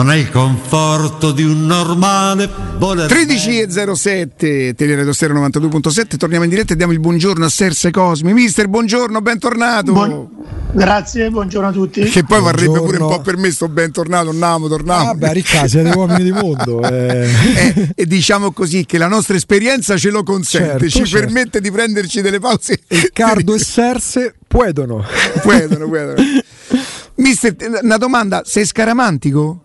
non è il conforto di un normale 13.07 Teleradio Stereo 92.7. Torniamo in diretta e diamo il buongiorno a Serse Cosmi. Mister, buongiorno, bentornato. Grazie, buongiorno a tutti. Che poi Buongiorno. varrebbe pure un po' per me sto bentornato, torniamo. Vabbè, Ricca, siete uomini di mondo. E diciamo così che la nostra esperienza ce lo consente, Certo. permette di prenderci delle pause. Riccardo e Serse puedono. Mister, una domanda, sei scaramantico?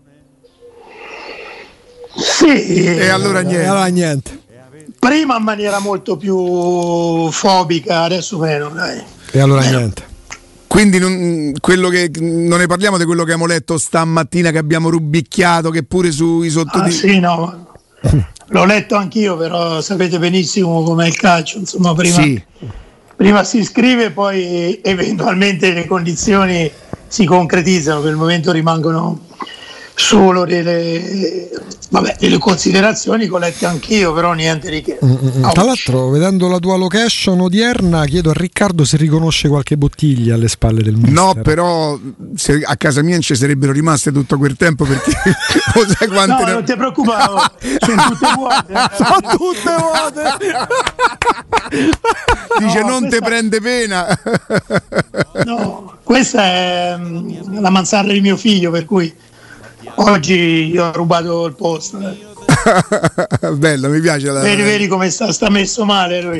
Sì, E allora niente. prima in maniera molto più fobica, adesso meno, dai. E allora niente. Quindi non ne parliamo di quello che abbiamo letto stamattina, che abbiamo rubicchiato, che pure sui sottotitoli. Sì, no, l'ho letto anch'io, però sapete benissimo com'è il calcio, insomma, prima si scrive, poi eventualmente le condizioni si concretizzano, per il momento rimangono solo delle considerazioni che ho letto anch'io, però niente di che. Tra l'altro, vedendo la tua location odierna, chiedo a Riccardo se riconosce qualche bottiglia alle spalle del mister. No, però se a casa mia non ci sarebbero rimaste tutto quel tempo, perché sai quante non ti preoccupare, sono tutte vuote. Sono tutte vuote. Dice non te prende pena. No, questa è la mansarda di mio figlio, per cui oggi io ho rubato il posto. Bello, mi piace Vedi come sta messo male lui.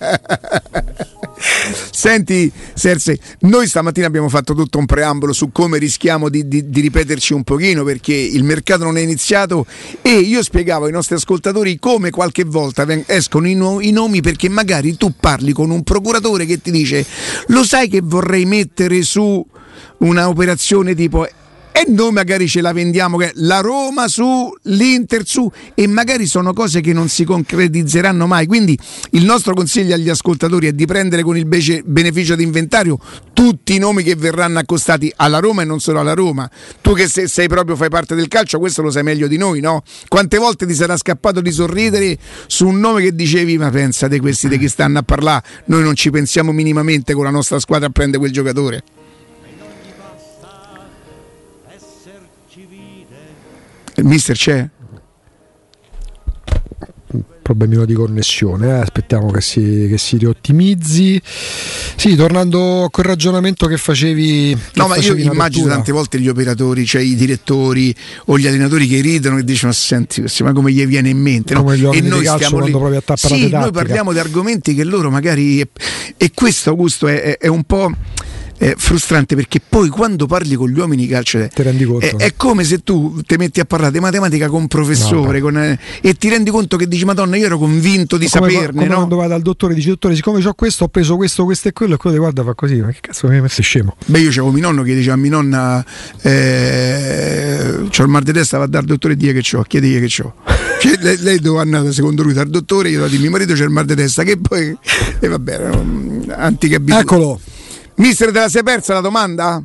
Senti Serse, noi stamattina abbiamo fatto tutto un preambolo su come rischiamo di ripeterci un pochino, perché il mercato non è iniziato, e io spiegavo ai nostri ascoltatori come qualche volta escono i nomi, perché magari tu parli con un procuratore che ti dice: lo sai che vorrei mettere su una operazione tipo, e noi magari ce la vendiamo, che la Roma su, l'Inter su, e magari sono cose che non si concretizzeranno mai. Quindi il nostro consiglio agli ascoltatori è di prendere con il beneficio di inventario tutti i nomi che verranno accostati alla Roma, e non solo alla Roma. Tu che sei proprio, fai parte del calcio, questo lo sai meglio di noi, no? Quante volte ti sarà scappato di sorridere su un nome che dicevi: ma pensate, questi di chi stanno a parlare, noi non ci pensiamo minimamente con la nostra squadra a prendere quel giocatore. Il mister c'è? Problemino di connessione, aspettiamo che si riottimizzi. Sì, tornando a quel ragionamento che facevi. No, ma io immagino tante volte gli operatori, cioè i direttori o gli allenatori, che ridono e dicono: senti, ma come gli viene in mente, no? Come E noi stiamo lì. Sì, noi parliamo di argomenti che loro magari, e questo, Augusto, è un po' frustrante, perché poi quando parli con gli uomini calcio ti rendi conto, è come se tu ti metti a parlare di matematica con un professore, e ti rendi conto che dici: Madonna, io ero convinto di saperne, come no? Quando vai dal dottore e dici: dottore, siccome c'ho questo, ho preso questo e quello ti guarda, fa così: ma che cazzo mi hai messo scemo? Beh, io c'avevo mio nonno che diceva a mia nonna: c'ho il mal di testa, va dal dottore e dire che c'ho, chiedigli che c'ho. Cioè, lei doveva andare secondo lui dal dottore, io di mio marito c'è il mal di testa, che poi vabbè, antica abitudine. Eccolo. Mister, te la sei persa la domanda?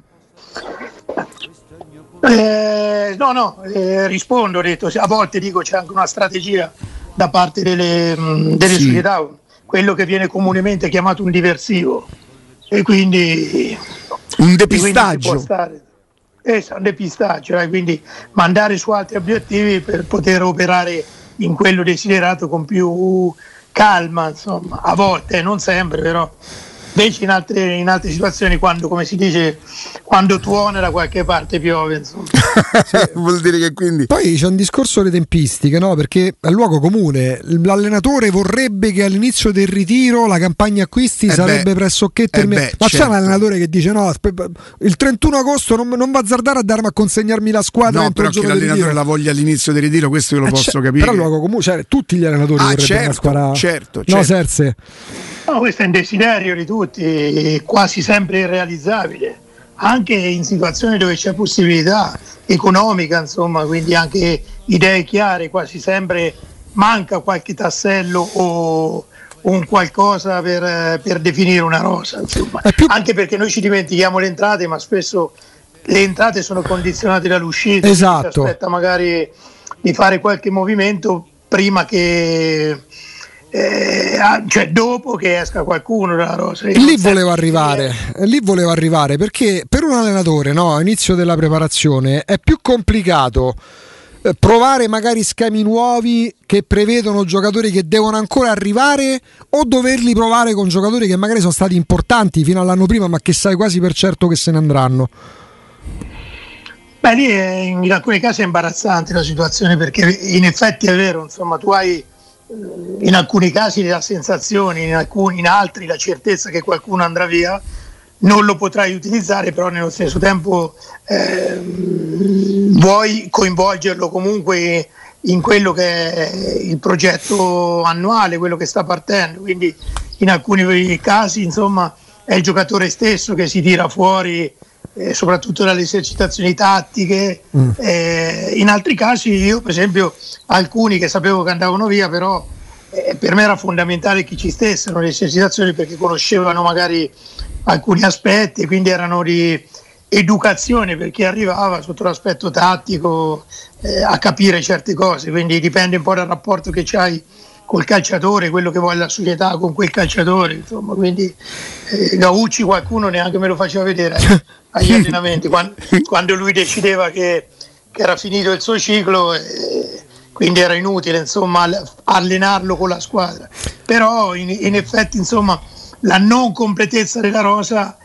Rispondo, ho detto, a volte dico c'è anche una strategia da parte delle società, quello che viene comunemente chiamato un diversivo, e quindi un depistaggio. Un depistaggio, quindi mandare su altri obiettivi per poter operare in quello desiderato con più calma, insomma, a volte, non sempre, però. Invece in altre situazioni, quando, come si dice, quando tuona da qualche parte piove, insomma. Vuol dire che quindi poi c'è un discorso di tempistiche, no? Perché è luogo comune, l'allenatore vorrebbe che all'inizio del ritiro la campagna acquisti sarebbe pressoché terminata. Ma certo. C'è un allenatore che dice: no, il 31 agosto non va a azzardare a darmi a consegnarmi la squadra. No, però che l'allenatore la voglia all'inizio del ritiro, questo io lo posso capire. Però luogo comune, cioè, tutti gli allenatori vorrebbero una squadra. Certo. No, Serse. No, questo è un desiderio di tutti, quasi sempre irrealizzabile, anche in situazioni dove c'è possibilità economica, insomma, quindi anche idee chiare, quasi sempre manca qualche tassello o un qualcosa per definire una rosa, insomma. Anche perché noi ci dimentichiamo le entrate, ma spesso le entrate sono condizionate dall'uscita. Esatto. Si aspetta magari di fare qualche movimento prima che cioè dopo che esca qualcuno dalla rosa. Lì volevo arrivare perché per un allenatore, no, a inizio della preparazione è più complicato provare magari schemi nuovi che prevedono giocatori che devono ancora arrivare, o doverli provare con giocatori che magari sono stati importanti fino all'anno prima ma che sai quasi per certo che se ne andranno. Beh, lì in alcuni casi è imbarazzante la situazione, perché in effetti è vero, insomma, tu hai in alcuni casi la sensazione, in altri la certezza che qualcuno andrà via, non lo potrai utilizzare, però nello stesso tempo vuoi coinvolgerlo comunque in quello che è il progetto annuale, quello che sta partendo, quindi in alcuni casi insomma è il giocatore stesso che si tira fuori, soprattutto dalle esercitazioni tattiche. In altri casi io per esempio alcuni che sapevo che andavano via, però per me era fondamentale che ci stessero le esercitazioni perché conoscevano magari alcuni aspetti e quindi erano di educazione per chi arrivava sotto l'aspetto tattico a capire certe cose, quindi dipende un po' dal rapporto che c'hai col calciatore, quello che vuole la società con quel calciatore, insomma. Quindi Gaucci qualcuno neanche me lo faceva vedere agli allenamenti quando lui decideva che era finito il suo ciclo, quindi era inutile insomma allenarlo con la squadra, però in effetti insomma la non completezza della rosa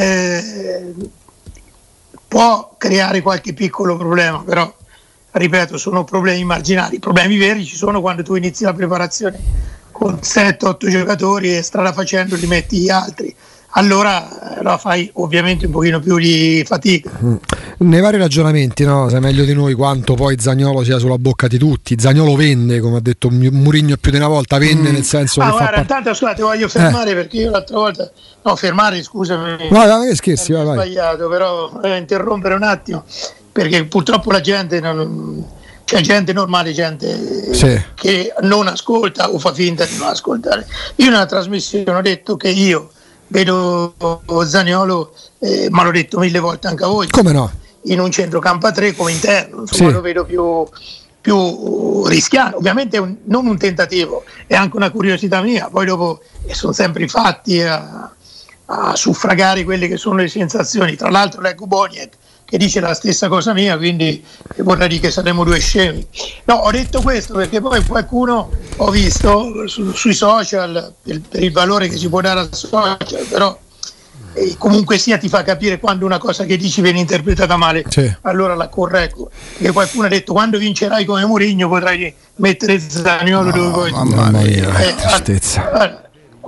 può creare qualche piccolo problema, però ripeto sono problemi marginali. I problemi veri ci sono quando tu inizi la preparazione con 7-8 giocatori e strada facendo li metti gli altri, allora la fai ovviamente un pochino più di fatica. Nei vari ragionamenti, no? Sai meglio di noi quanto poi Zaniolo sia sulla bocca di tutti. Zaniolo vende, come ha detto Mourinho più di una volta, vende nel senso che guarda, intanto scusate, voglio fermare perché io l'altra volta scusami, vai, scherzi, vai. Sbagliato, però interrompere un attimo perché purtroppo la gente c'è gente normale, gente che non ascolta o fa finta di non ascoltare. Io nella trasmissione ho detto che io vedo Zaniolo, ma l'ho detto 1000 volte anche a voi, come no, in un centrocampo a 3 come interno, insomma lo vedo più rischiante. Ovviamente non un tentativo, è anche una curiosità mia, poi dopo sono sempre i fatti a suffragare quelle che sono le sensazioni. Tra l'altro leggo Boniek che dice la stessa cosa mia, quindi vorrei dire che saremo due scemi. No, ho detto questo perché poi qualcuno ho visto sui social per il valore che si può dare al social, però comunque sia ti fa capire quando una cosa che dici viene interpretata male, allora la correggo, perché qualcuno ha detto quando vincerai come Mourinho potrai mettere Zaniolo dove vuoi. Mamma mia, tristezza.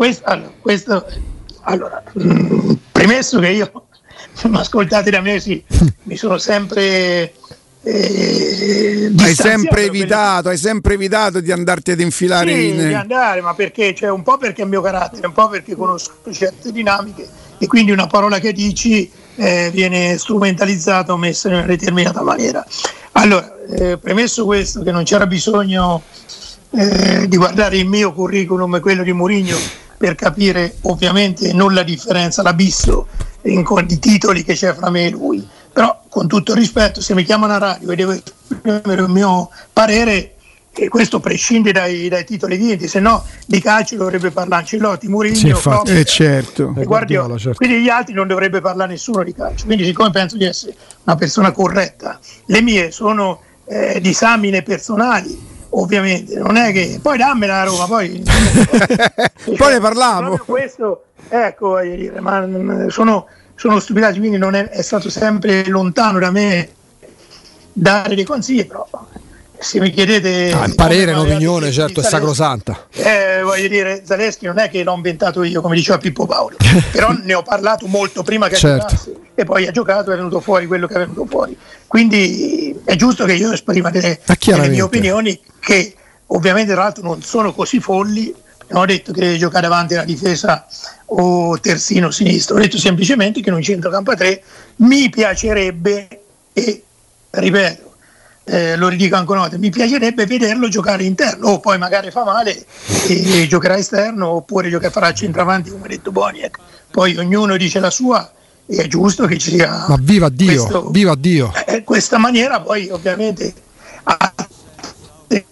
Allora, premesso che io, ma ascoltate da me, mi sono sempre hai sempre evitato di andarti ad infilare di andare, ma perché un po' perché è il mio carattere, un po' perché conosco certe dinamiche e quindi una parola che dici viene strumentalizzata o messa in una determinata maniera. Allora, premesso questo, che non c'era bisogno di guardare il mio curriculum e quello di Mourinho per capire ovviamente non la differenza, l'abisso di titoli che c'è fra me e lui, però con tutto il rispetto, se mi chiamano a radio e devo esprimere il mio parere, e questo prescinde dai titoli vinti, se no di calcio dovrebbe parlare Ancelotti, Mourinho, certo. e Guardiola, quindi gli altri non dovrebbe parlare nessuno di calcio. Quindi siccome penso di essere una persona corretta, le mie sono disamine personali, ovviamente non è che poi dammela a Roma, poi poi ne parliamo. Questo, ecco, voglio dire, ma sono stupidati, quindi non è stato sempre lontano da me dare dei consigli, però se mi chiedete il parere, un'opinione, certo, è sacrosanta. Voglio dire, Zaleschi non è che l'ho inventato io, come diceva Pippo Paolo, però ne ho parlato molto prima che giocasse, e poi ha giocato e è venuto fuori quello che è venuto fuori. Quindi è giusto che io esprima delle mie opinioni, che ovviamente tra l'altro non sono così folli. Non ho detto che deve giocare davanti alla difesa o terzino sinistro, ho detto semplicemente che in un centrocampo a 3 mi piacerebbe, e ripeto, lo ridico ancora una volta, mi piacerebbe vederlo giocare interno, o poi magari fa male e giocherà esterno, oppure farà centravanti come ha detto Boniek. Poi ognuno dice la sua e è giusto che ci sia, ma viva Dio, questa maniera. Poi ovviamente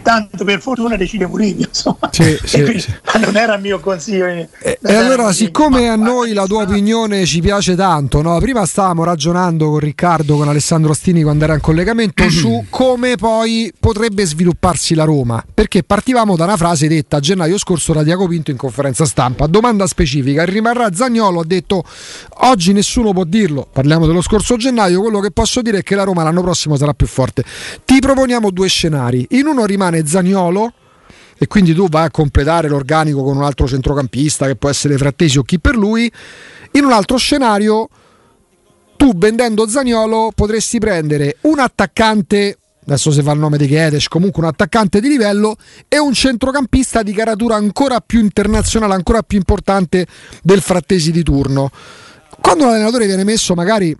tanto per fortuna decide Mourinho, insomma. Sì. Non era il mio consiglio. E allora, siccome a noi la tua opinione ci piace tanto, no? Prima stavamo ragionando con Riccardo, con Alessandro Ostini quando era in collegamento su come poi potrebbe svilupparsi la Roma, perché partivamo da una frase detta a gennaio scorso da Tiago Pinto in conferenza stampa, domanda specifica: rimarrà Zaniolo? Ha detto oggi nessuno può dirlo, parliamo dello scorso gennaio, quello che posso dire è che la Roma l'anno prossimo sarà più forte. Ti proponiamo due scenari: in uno rimane Zaniolo e quindi tu vai a completare l'organico con un altro centrocampista che può essere Frattesi o chi per lui. In un altro scenario tu, vendendo Zaniolo, potresti prendere un attaccante, adesso si fa il nome di Guedes, comunque un attaccante di livello, e un centrocampista di caratura ancora più internazionale, ancora più importante del Frattesi di turno. Quando l'allenatore viene messo magari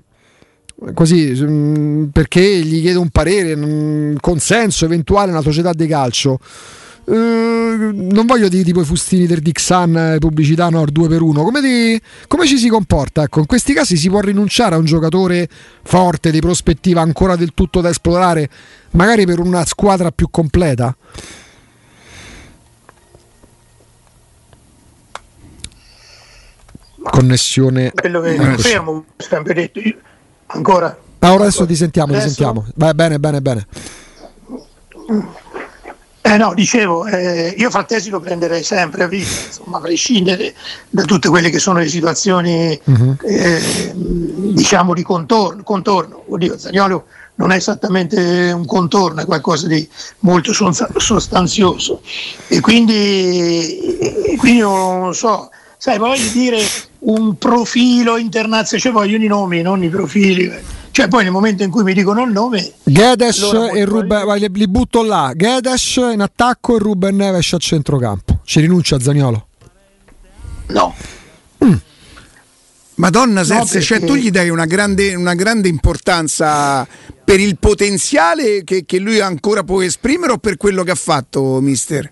così perché gli chiede un parere, un consenso eventuale una società di calcio, non voglio dire tipo i fustini del Dixan, pubblicità Nord 2x1, come ci si comporta? Ecco, in questi casi si può rinunciare a un giocatore forte, di prospettiva ancora del tutto da esplorare, magari per una squadra più completa? Connessione. Quello che fermo, ho sempre detto io. Ancora. Ora adesso ti sentiamo. Vai, bene. No, dicevo, io Frattesi lo prenderei sempre a vita, insomma, a prescindere da tutte quelle che sono le situazioni diciamo di contorno. Oddio, Zaniolo non è esattamente un contorno, è qualcosa di molto sostanzioso e quindi non so, sai, voglio dire un profilo internazionale, cioè voglio i nomi, non i profili. Cioè poi nel momento in cui mi dicono il nome, Guedes e Ruben, li butto là, Guedes in attacco e Ruben Neves a centrocampo. Ci rinuncia a Zaniolo? No. Madonna Serse, cioè tu gli dai una grande importanza per il potenziale che lui ancora può esprimere o per quello che ha fatto, mister?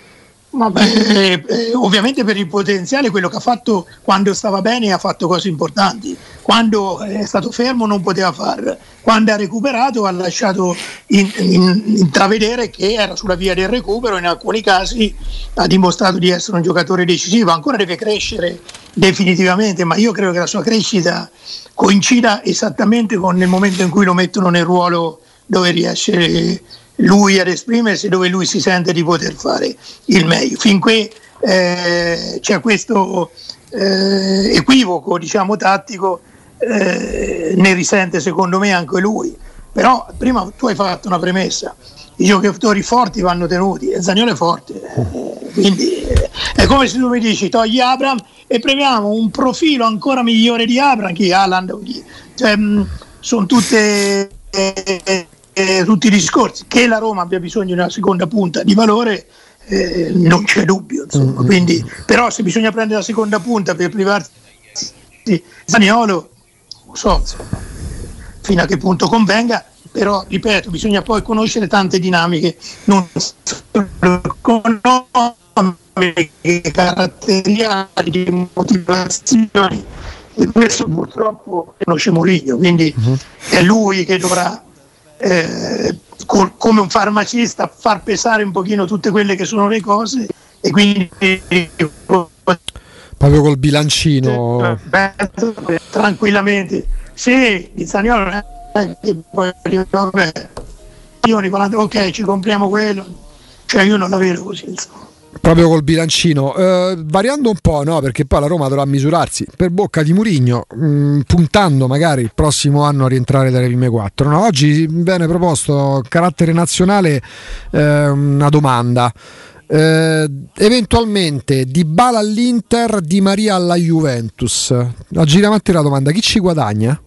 Ovviamente per il potenziale, quello che ha fatto quando stava bene, ha fatto cose importanti, quando è stato fermo non poteva far, quando ha recuperato ha lasciato intravedere che era sulla via del recupero, in alcuni casi ha dimostrato di essere un giocatore decisivo, ancora deve crescere definitivamente, ma io credo che la sua crescita coincida esattamente con il momento in cui lo mettono nel ruolo dove riesce lui ad esprimersi, dove lui si sente di poter fare il meglio. Finché c'è questo equivoco, diciamo, tattico, ne risente secondo me anche lui. Però prima tu hai fatto una premessa: i giocatori forti vanno tenuti e Zaniolo è forte, quindi è come se tu mi dici togli Abraham e premiamo un profilo ancora migliore di Abraham, chi Haaland o chi, cioè, sono tutti i discorsi. Che la Roma abbia bisogno di una seconda punta di valore non c'è dubbio, insomma. Quindi, però se bisogna prendere la seconda punta per privarsi di Zaniolo, non so, insomma, fino a che punto convenga, però ripeto, bisogna poi conoscere tante dinamiche, non solo economiche, caratteriali, di motivazioni, e questo purtroppo conosce Mourinho, quindi è lui che dovrà come un farmacista far pesare un pochino tutte quelle che sono le cose, e quindi proprio col bilancino tranquillamente. Sì, di Zaniolo ok, ci compriamo quello, cioè io non la vedo così, insomma. Proprio col bilancino, variando un po', no? Perché poi la Roma dovrà misurarsi per bocca di Mourinho, puntando magari il prossimo anno a rientrare dalle prime 4. No? Oggi viene proposto carattere nazionale una domanda. Eventualmente Dybala all'Inter, Di Maria alla Juventus. Giriamo a te la domanda: chi ci guadagna?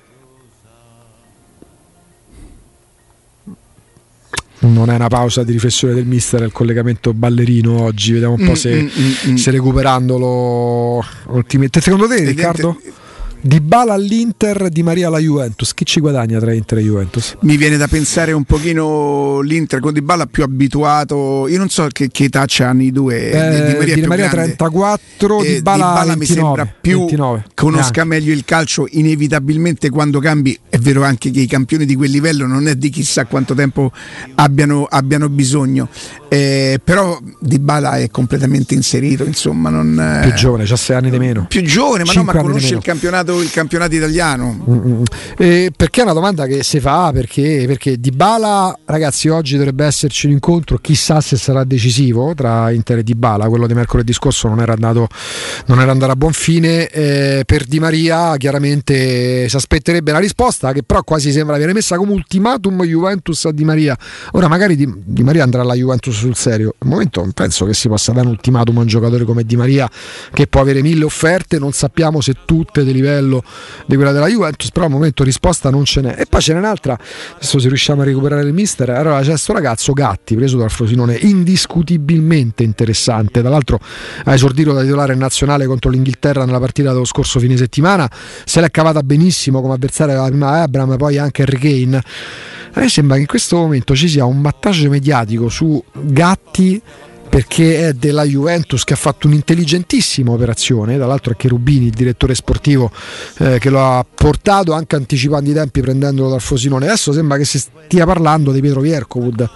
Non è una pausa di riflessione del mister, è il collegamento ballerino oggi, vediamo un po' se recuperandolo ultimamente. Secondo te, Riccardo? Dybala all'Inter, Di Maria alla Juventus, chi ci guadagna tra Inter e Juventus? Mi viene da pensare un pochino l'Inter con Dybala più abituato, io non so che età c'hanno i due, Di Maria 34, Dybala 29, mi sembra più 29. Conosca meglio il calcio, inevitabilmente quando cambi, è vero anche che i campioni di quel livello non è di chissà quanto tempo abbiano bisogno, però Dybala è completamente inserito, insomma, non più giovane, c'ha 6 anni di meno, più giovane, ma conosce il campionato italiano. Perché è una domanda che si fa, perché Dybala, ragazzi, oggi dovrebbe esserci un incontro, chissà se sarà decisivo tra Inter e Dybala, quello di mercoledì scorso non era andato a buon fine, per Di Maria chiaramente si aspetterebbe una risposta che però quasi sembra viene messa come ultimatum Juventus a Di Maria. Ora magari Di Maria andrà alla Juventus sul serio, al momento non penso che si possa dare un ultimatum a un giocatore come Di Maria che può avere 1000 offerte, non sappiamo se tutte di livello di quella della Juventus, però al momento risposta non ce n'è. E poi ce n'è un'altra, adesso se riusciamo a recuperare il mister, allora c'è questo ragazzo Gatti preso dal Frosinone, indiscutibilmente interessante, tra l'altro ha esordito da titolare nazionale contro l'Inghilterra nella partita dello scorso fine settimana, se l'è cavata benissimo come avversario prima Abraham, poi anche Harry Kane. A me sembra che in questo momento ci sia un battage mediatico su Gatti, perché è della Juventus che ha fatto un'intelligentissima operazione, tra l'altro è Cherubini, il direttore sportivo, che lo ha portato anche anticipando i tempi prendendolo dal Frosinone. Adesso sembra che si stia parlando di Pietro Vierkovud.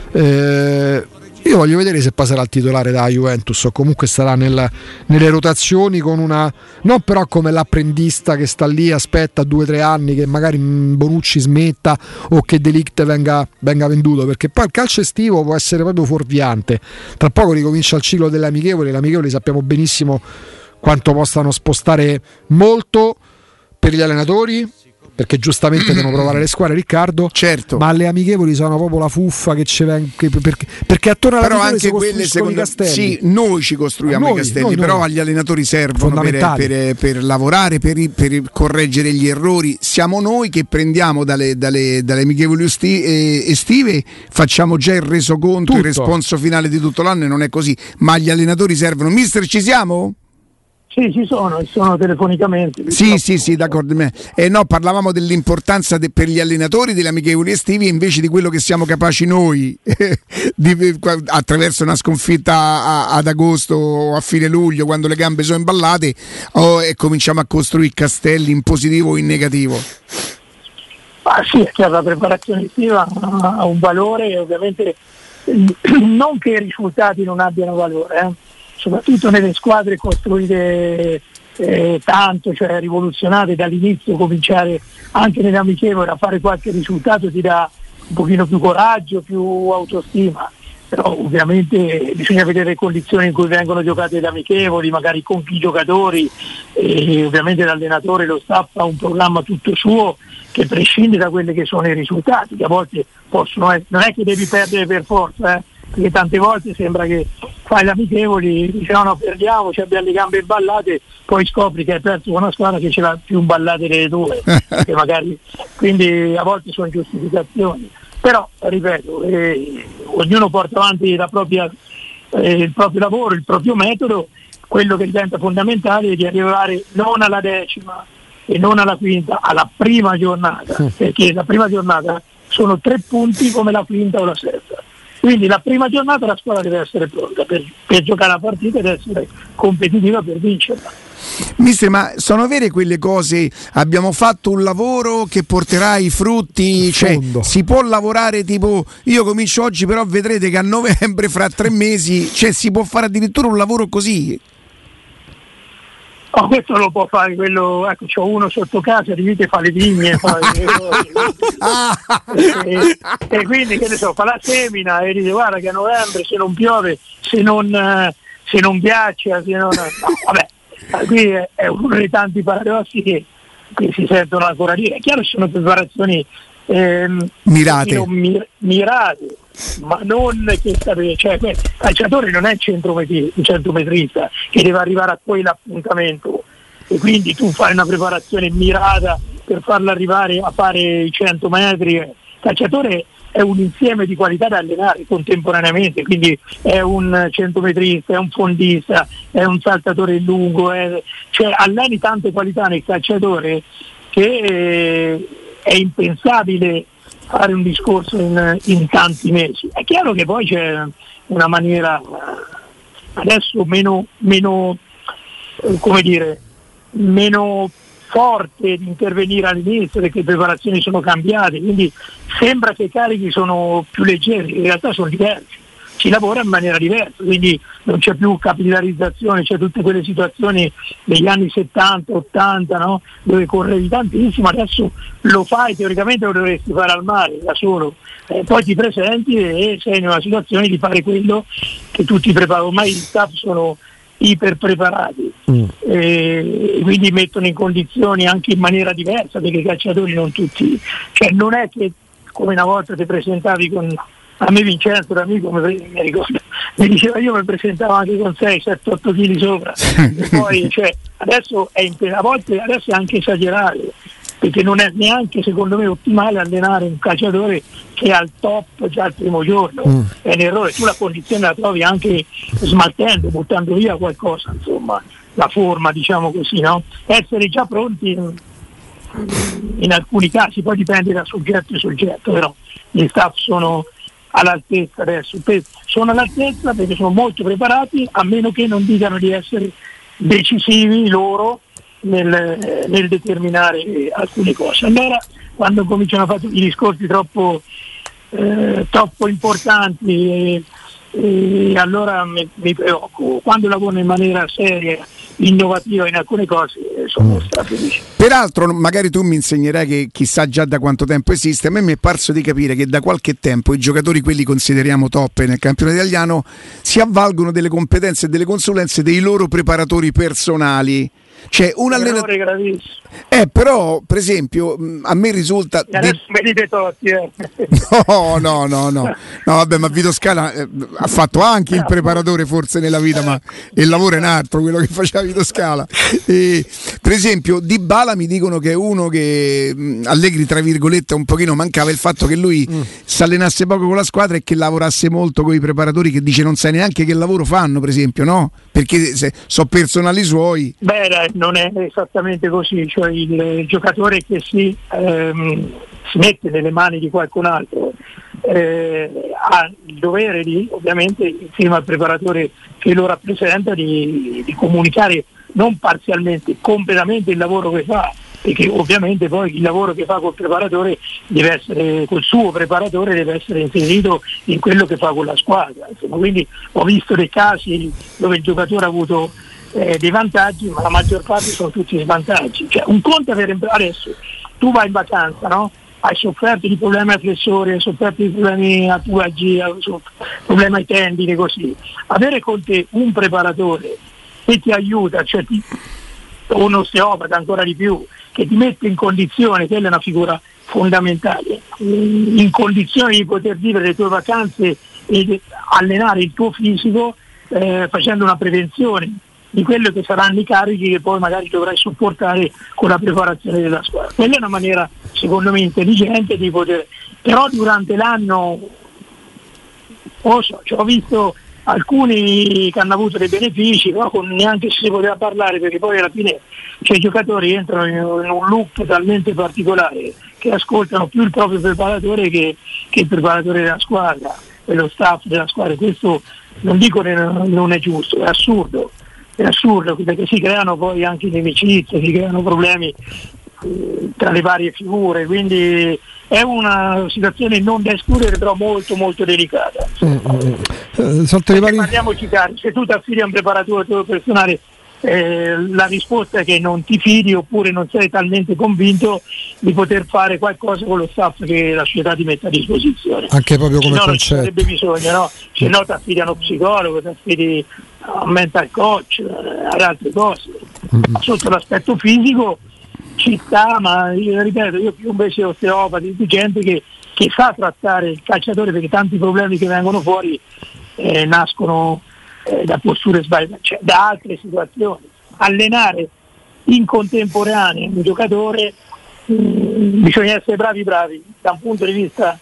Io voglio vedere se passerà al titolare da Juventus o comunque starà nelle rotazioni con una, non però come l'apprendista che sta lì, aspetta 2-3 anni che magari Bonucci smetta o che De Ligt venga venduto, perché poi il calcio estivo può essere proprio fuorviante. Tra poco ricomincia il ciclo delle amichevoli, le amichevoli sappiamo benissimo quanto possano spostare molto per gli allenatori, perché giustamente devono provare le squadre, Riccardo, certo, ma le amichevoli sono proprio la fuffa che c'è, perché attorno alla amichevole anche quelle secondo castelli. Sì, noi ci costruiamo i castelli, però agli allenatori servono per lavorare, per correggere gli errori. Siamo noi che prendiamo dalle amichevoli estive, facciamo già il resoconto, il responso finale di tutto l'anno, e non è così, ma gli allenatori servono. Mister, ci siamo? Sì, ci sono telefonicamente. Sì, d'accordo. No, parlavamo dell'importanza per gli allenatori delle amichevoli estivi, invece di quello che siamo capaci noi attraverso una sconfitta ad agosto o a fine luglio, quando le gambe sono imballate, e cominciamo a costruire castelli in positivo o in negativo. Sì, è chiaro, la preparazione estiva ha un valore, ovviamente non che i risultati non abbiano valore, soprattutto nelle squadre costruite tanto, cioè rivoluzionate dall'inizio, cominciare anche nelle amichevoli a fare qualche risultato ti dà un pochino più coraggio, più autostima, però ovviamente bisogna vedere le condizioni in cui vengono giocate le amichevoli, magari con chi giocatori, e ovviamente l'allenatore, lo staff ha un programma tutto suo che prescinde da quelli che sono i risultati, che a volte possono essere, non è che devi perdere per forza, perché tante volte sembra che fai l'amichevoli, dici no perdiamo, abbiamo le gambe imballate, poi scopri che hai perso con una squadra che ce l'ha più imballate delle tue, che magari, quindi a volte sono giustificazioni, però ripeto, ognuno porta avanti il proprio lavoro, il proprio metodo. Quello che diventa fondamentale è di arrivare non alla 10ª e non alla 5ª, alla prima giornata, perché la prima giornata sono 3 punti come la 5ª o la 6ª. Quindi la prima giornata la squadra deve essere pronta per giocare la partita ed essere competitiva per vincerla. Mister, ma sono vere quelle cose, abbiamo fatto un lavoro che porterà i frutti, cioè si può lavorare tipo io comincio oggi però vedrete che a novembre, fra 3 mesi, cioè si può fare addirittura un lavoro così? Oh, questo lo può fare quello, ecco, c'ho uno sotto casa, divide, fa le vigne e quindi che ne so, fa la semina e dice guarda che a novembre se non piove, se non ghiaccia, no, vabbè, qui è uno dei tanti paradossi che si sentono ancora dire. È chiaro che sono preparazioni mirate, ma non che cioè il calciatore non è il centrometrista che deve arrivare a quell'appuntamento, e quindi tu fai una preparazione mirata per farlo arrivare a fare i 100 metri calciatore è un insieme di qualità da allenare contemporaneamente, quindi è un centometrista, è un fondista, è un saltatore lungo, cioè alleni tante qualità nel calciatore che è impensabile fare un discorso in tanti mesi. È chiaro che poi c'è una maniera adesso meno come dire, meno forte di intervenire all'inizio, perché le preparazioni sono cambiate, quindi sembra che i carichi sono più leggeri, in realtà sono diversi, si lavora in maniera diversa, quindi non c'è più capillarizzazione, c'è tutte quelle situazioni degli anni 70-80, no? Dove correvi tantissimo, adesso lo fai, teoricamente lo dovresti fare al mare da solo, poi ti presenti e sei in una situazione di fare quello che tu ti prepari. Ormai gli staff sono iper preparati, quindi mettono in condizioni anche in maniera diversa, perché i calciatori non tutti, cioè non è che come una volta ti presentavi con, a me Vincenzo l'amico mi ricordo, mi diceva io mi presentavo anche con 6-7-8 kg sopra e poi cioè, adesso a volte adesso è anche esagerare, perché non è neanche secondo me ottimale allenare un calciatore che è al top già al primo giorno, è un errore, tu la condizione la trovi anche smaltendo, buttando via qualcosa, insomma, la forma, diciamo così, no? Essere già pronti in alcuni casi, poi dipende da soggetto e soggetto, però gli staff sono all'altezza adesso, sono all'altezza perché sono molto preparati, a meno che non dicano di essere decisivi loro nel determinare alcune cose. Allora quando cominciano a fare i discorsi troppo importanti allora mi preoccupo. Quando lavoro in maniera seria, innovativa in alcune cose, sono strafelice. Peraltro magari tu mi insegnerai che chissà già da quanto tempo esiste, a me mi è parso di capire che da qualche tempo i giocatori, quelli consideriamo top nel campionato italiano, si avvalgono delle competenze e delle consulenze dei loro preparatori personali. Cioè un allenatore però per esempio a me risulta adesso mi dite totti no vabbè, ma Vito Scala ha fatto anche il preparatore forse nella vita, ma il lavoro è un altro quello che faceva Vito Scala. Per esempio Dybala mi dicono che è uno che Allegri tra virgolette un pochino mancava il fatto che lui si allenasse poco con la squadra e che lavorasse molto con i preparatori, che dice non sai neanche che lavoro fanno, per esempio, no? Perché so personali suoi. Beh, non è esattamente così, cioè il giocatore che si mette nelle mani di qualcun altro ha il dovere di, ovviamente insieme al preparatore che lo rappresenta, di comunicare non parzialmente, completamente il lavoro che fa, perché ovviamente poi il lavoro che fa col preparatore deve essere, col suo preparatore deve essere inserito in quello che fa con la squadra. Insomma, quindi ho visto dei casi dove il giocatore ha avuto dei vantaggi, ma la maggior parte sono tutti svantaggi. Cioè, un conto per adesso tu vai in vacanza, no? Hai sofferto di problemi ai flessori, hai sofferto di problemi a tua G, problemi ai tendini, così. Avere con te un preparatore che ti aiuta, cioè un osteopata ancora di più, che ti mette in condizione, quella è una figura fondamentale, in condizione di poter vivere le tue vacanze e allenare il tuo fisico facendo una prevenzione di quello che saranno i carichi che poi magari dovrai supportare con la preparazione della squadra. Quella è una maniera secondo me intelligente di poter, però durante l'anno ho visto alcuni che hanno avuto dei benefici, però neanche si poteva parlare, perché poi alla fine i giocatori entrano in un loop talmente particolare che ascoltano più il proprio preparatore che il preparatore della squadra e lo staff della squadra. Questo non dico che non è giusto, è assurdo, perché si creano poi anche inimicizie, si creano problemi tra le varie figure, quindi è una situazione non da escludere, però molto molto delicata. Parliamoci chiaro, se tu ti affidi a un preparatore tuo personale, la risposta è che non ti fidi, oppure non sei talmente convinto di poter fare qualcosa con lo staff che la società ti mette a disposizione. Anche proprio come concetto. Non ci sarebbe bisogno, no? Se no ti affidi a uno psicologo, ti affidi a un mental coach, ad altre cose. Sotto l'aspetto fisico ci sta, ma io ripeto, io più invece osteopati, di gente che sa trattare il calciatore, perché tanti problemi che vengono fuori nascono da posture sbagliate, cioè da altre situazioni. Allenare in contemporanea un giocatore bisogna essere bravi, da un punto di vista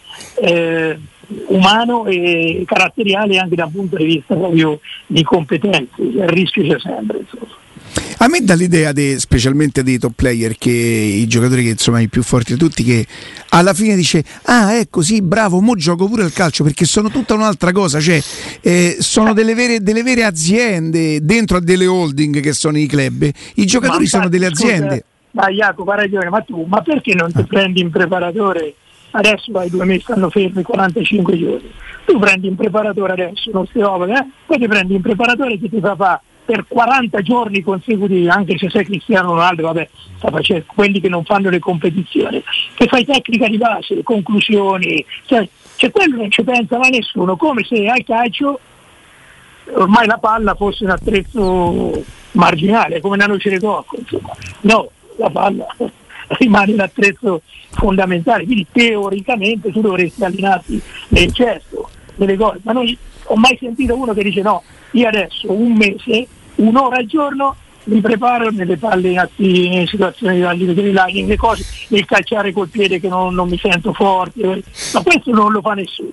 umano e caratteriale, e anche da un punto di vista proprio di competenze. Il rischio c'è sempre, insomma. A me dà l'idea, specialmente dei top player, che i giocatori che insomma i più forti di tutti, che alla fine dice ecco sì, bravo, mo gioco pure al calcio, perché sono tutta un'altra cosa, cioè sono delle vere aziende dentro a delle holding che sono i club. I giocatori sono delle aziende. Ma Jacopo ha ragione, ma perché non ti prendi in preparatore? Adesso vai 2 mesi, stanno fermi 45 giorni. Tu prendi in preparatore adesso, non si roba, poi ti prendi in preparatore che ti fa per 40 giorni consecutivi, anche se sei Cristiano Ronaldo, vabbè, sta facendo quelli che non fanno le competizioni, che fai tecnica di base, conclusioni, cioè quello non ci pensa mai nessuno, come se al calcio ormai la palla fosse un attrezzo marginale, come una noce di cocco, insomma. No, la palla rimane un attrezzo fondamentale, quindi teoricamente tu dovresti allenarti nel gesto, nelle cose, ma non ho mai sentito uno che dice no, io adesso un mese, 1 ora al giorno mi preparo nelle palle in situazioni di line, le cose, nel calciare col piede che non mi sento forte, ma questo non lo fa nessuno,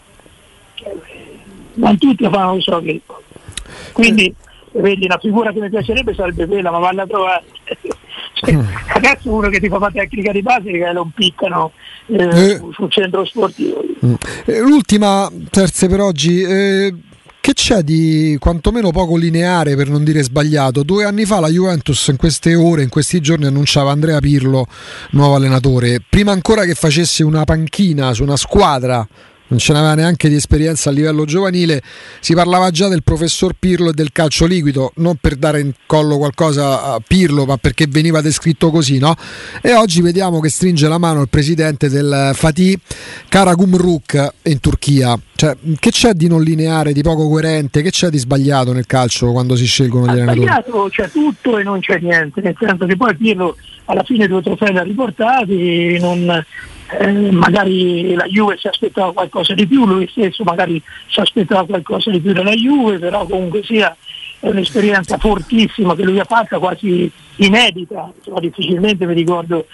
non tutti lo fanno, lo so che. Quindi vedi, una figura che mi piacerebbe sarebbe quella, ma valla a trovare. Adesso uno che ti fa tecnica di base che lo impiccano sul centro sportivo. L'ultima, terza per oggi, che c'è di quantomeno poco lineare, per non dire sbagliato? 2 anni fa la Juventus in queste ore, in questi giorni, annunciava Andrea Pirlo nuovo allenatore, prima ancora che facesse una panchina su una squadra, non ce n'aveva neanche di esperienza a livello giovanile, si parlava già del professor Pirlo e del calcio liquido, non per dare in collo qualcosa a Pirlo, ma perché veniva descritto così, no? E oggi vediamo che stringe la mano il presidente del Fatih Karagümrük in Turchia. Cioè, che c'è di non lineare, di poco coerente, che c'è di sbagliato nel calcio quando si scelgono gli allenatori? Sbagliato c'è tutto e non c'è niente, nel senso che poi Pirlo alla fine 2 trofei l'ha riportati, magari la Juve si aspettava qualcosa di più, lui stesso magari si aspettava qualcosa di più dalla Juve, però comunque sia è un'esperienza fortissima che lui ha fatta, quasi inedita, insomma, difficilmente mi ricordo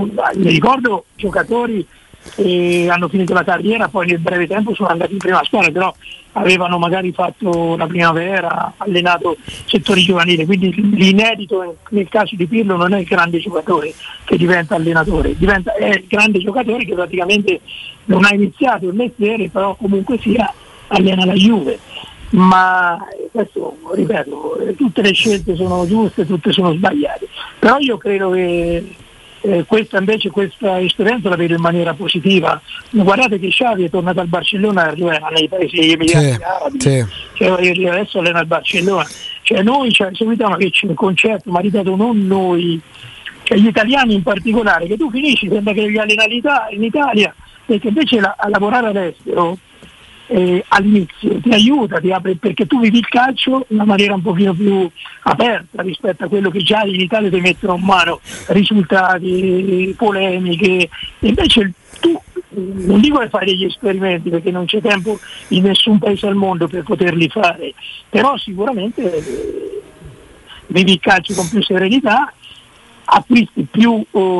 giocatori che hanno finito la carriera, poi nel breve tempo sono andati in prima squadra, però avevano magari fatto la primavera, allenato settori giovanili, quindi l'inedito nel caso di Pirlo non è il grande giocatore che diventa allenatore, è il grande giocatore che praticamente non ha iniziato il mestiere, però comunque sia allena la Juve. Ma questo, ripeto, tutte le scelte sono giuste, tutte sono sbagliate, però io credo che questa esperienza la vedo in maniera positiva. Guardate che Xavi è tornato al Barcellona nei paesi emiliani arabi, cioè, adesso allena il Barcellona, cioè noi seguiamo che c'è un concetto, ma ripeto non noi, cioè gli italiani in particolare, che tu finisci sembra che devi allenare in Italia, perché invece a lavorare all'estero all'inizio ti aiuta, ti apre, perché tu vivi il calcio in una maniera un pochino più aperta rispetto a quello che già in Italia ti mettono in mano risultati, polemiche, e invece tu non dico che fai degli esperimenti perché non c'è tempo in nessun paese al mondo per poterli fare, però sicuramente vivi il calcio con più serenità, acquisti più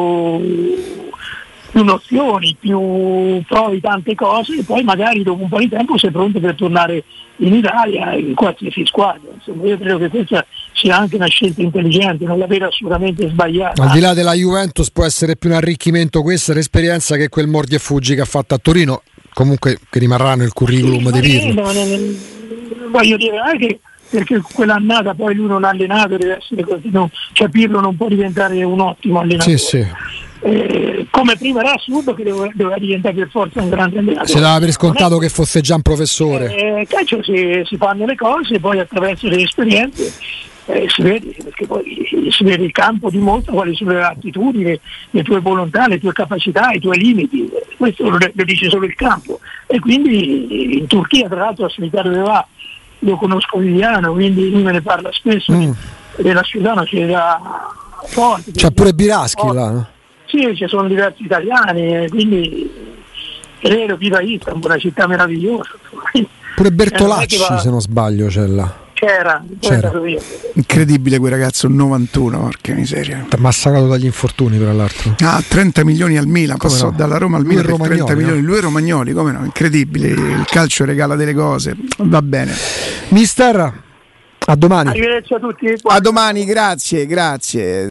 nozioni, più provi tante cose, e poi magari dopo un po' di tempo sei pronto per tornare in Italia in qualsiasi squadra. Insomma, io credo che questa sia anche una scelta intelligente, non la vedo assolutamente sbagliata. Al di là della Juventus può essere più un arricchimento questa l'esperienza che quel mordi e fuggi che ha fatto a Torino, comunque che rimarrà nel curriculum di Pirlo. Voglio dire anche perché quell'annata poi lui non ha allenato, deve essere così, no? Cioè Pirlo non può diventare un ottimo allenatore. Sì. Come prima era assurdo che doveva diventare per forza un grande allenatore. Si dava per scontato che fosse già un professore. Calcio si fanno le cose, poi attraverso le esperienze si vede, perché poi si vede il campo, dimostra quali sono le attitudini, le tue volontà, le tue capacità, i tuoi limiti. Questo lo dice solo il campo. E quindi in Turchia, tra l'altro, a città dove va, io conosco Viviano, quindi lui me ne parla spesso della città, c'era forte. C'è pure Biraschi là, no? Sì, ci sono diversi italiani, quindi credo Viva Istanbul, una città meravigliosa. Pure Bertolacci, se non sbaglio, c'è là. c'era. Incredibile quel ragazzo, 91, porca miseria. Massacrato dagli infortuni, tra l'altro. 30 milioni al Milan, come passò no? dalla Roma al Lui Milan per Romagnoli, 30 milioni. no? Lui è Romagnoli, come no? Incredibile, il calcio regala delle cose. Va bene. Mister, a domani. Arrivederci a tutti. A domani, grazie.